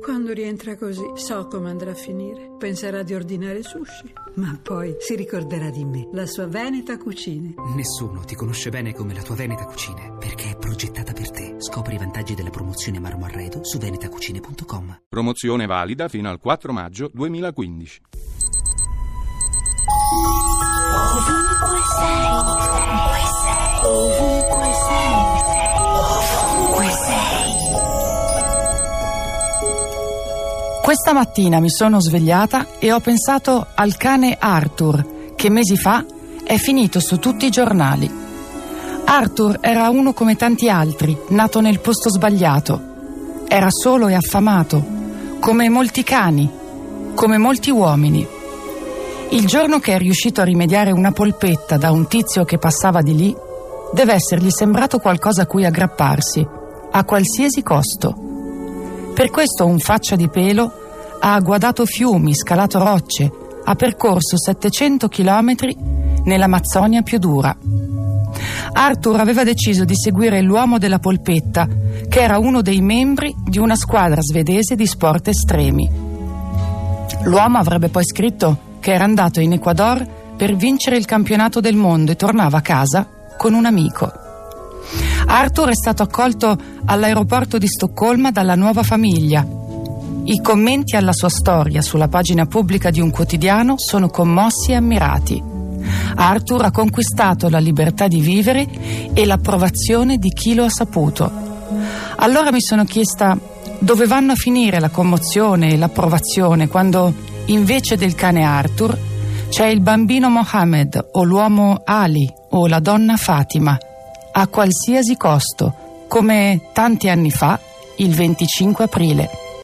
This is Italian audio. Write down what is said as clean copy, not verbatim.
Quando rientra così, so come andrà a finire. Penserà di ordinare sushi, ma poi si ricorderà di me, la sua Veneta Cucine. Nessuno ti conosce bene come la tua Veneta Cucine, perché è progettata per te. Scopri i vantaggi della promozione Marmo Arredo su venetacucine.com. Promozione valida fino al 4 maggio 2015. Ovunque sei, ovunque sei, ovunque sei. Questa mattina mi sono svegliata e ho pensato al cane Arthur, che mesi fa è finito su tutti i giornali. Arthur era uno come tanti altri, nato nel posto sbagliato. Era solo e affamato, come molti cani, come molti uomini. Il giorno che è riuscito a rimediare una polpetta da un tizio che passava di lì, deve essergli sembrato qualcosa a cui aggrapparsi, a qualsiasi costo. Per questo un faccia di pelo ha guadato fiumi, scalato rocce, ha percorso 700 chilometri nell'Amazzonia più dura. Arthur aveva deciso di seguire l'uomo della polpetta, che era uno dei membri di una squadra svedese di sport estremi. L'uomo avrebbe poi scritto che era andato in Ecuador per vincere il campionato del mondo e tornava a casa con un amico. Arthur è stato accolto all'aeroporto di Stoccolma dalla nuova famiglia. I commenti alla sua storia sulla pagina pubblica di un quotidiano sono commossi e ammirati. Arthur ha conquistato la libertà di vivere e l'approvazione di chi lo ha saputo. Allora mi sono chiesta dove vanno a finire la commozione e l'approvazione quando invece del cane Arthur c'è il bambino Mohammed o l'uomo Ali o la donna Fatima, a qualsiasi costo, come tanti anni fa, il 25 aprile.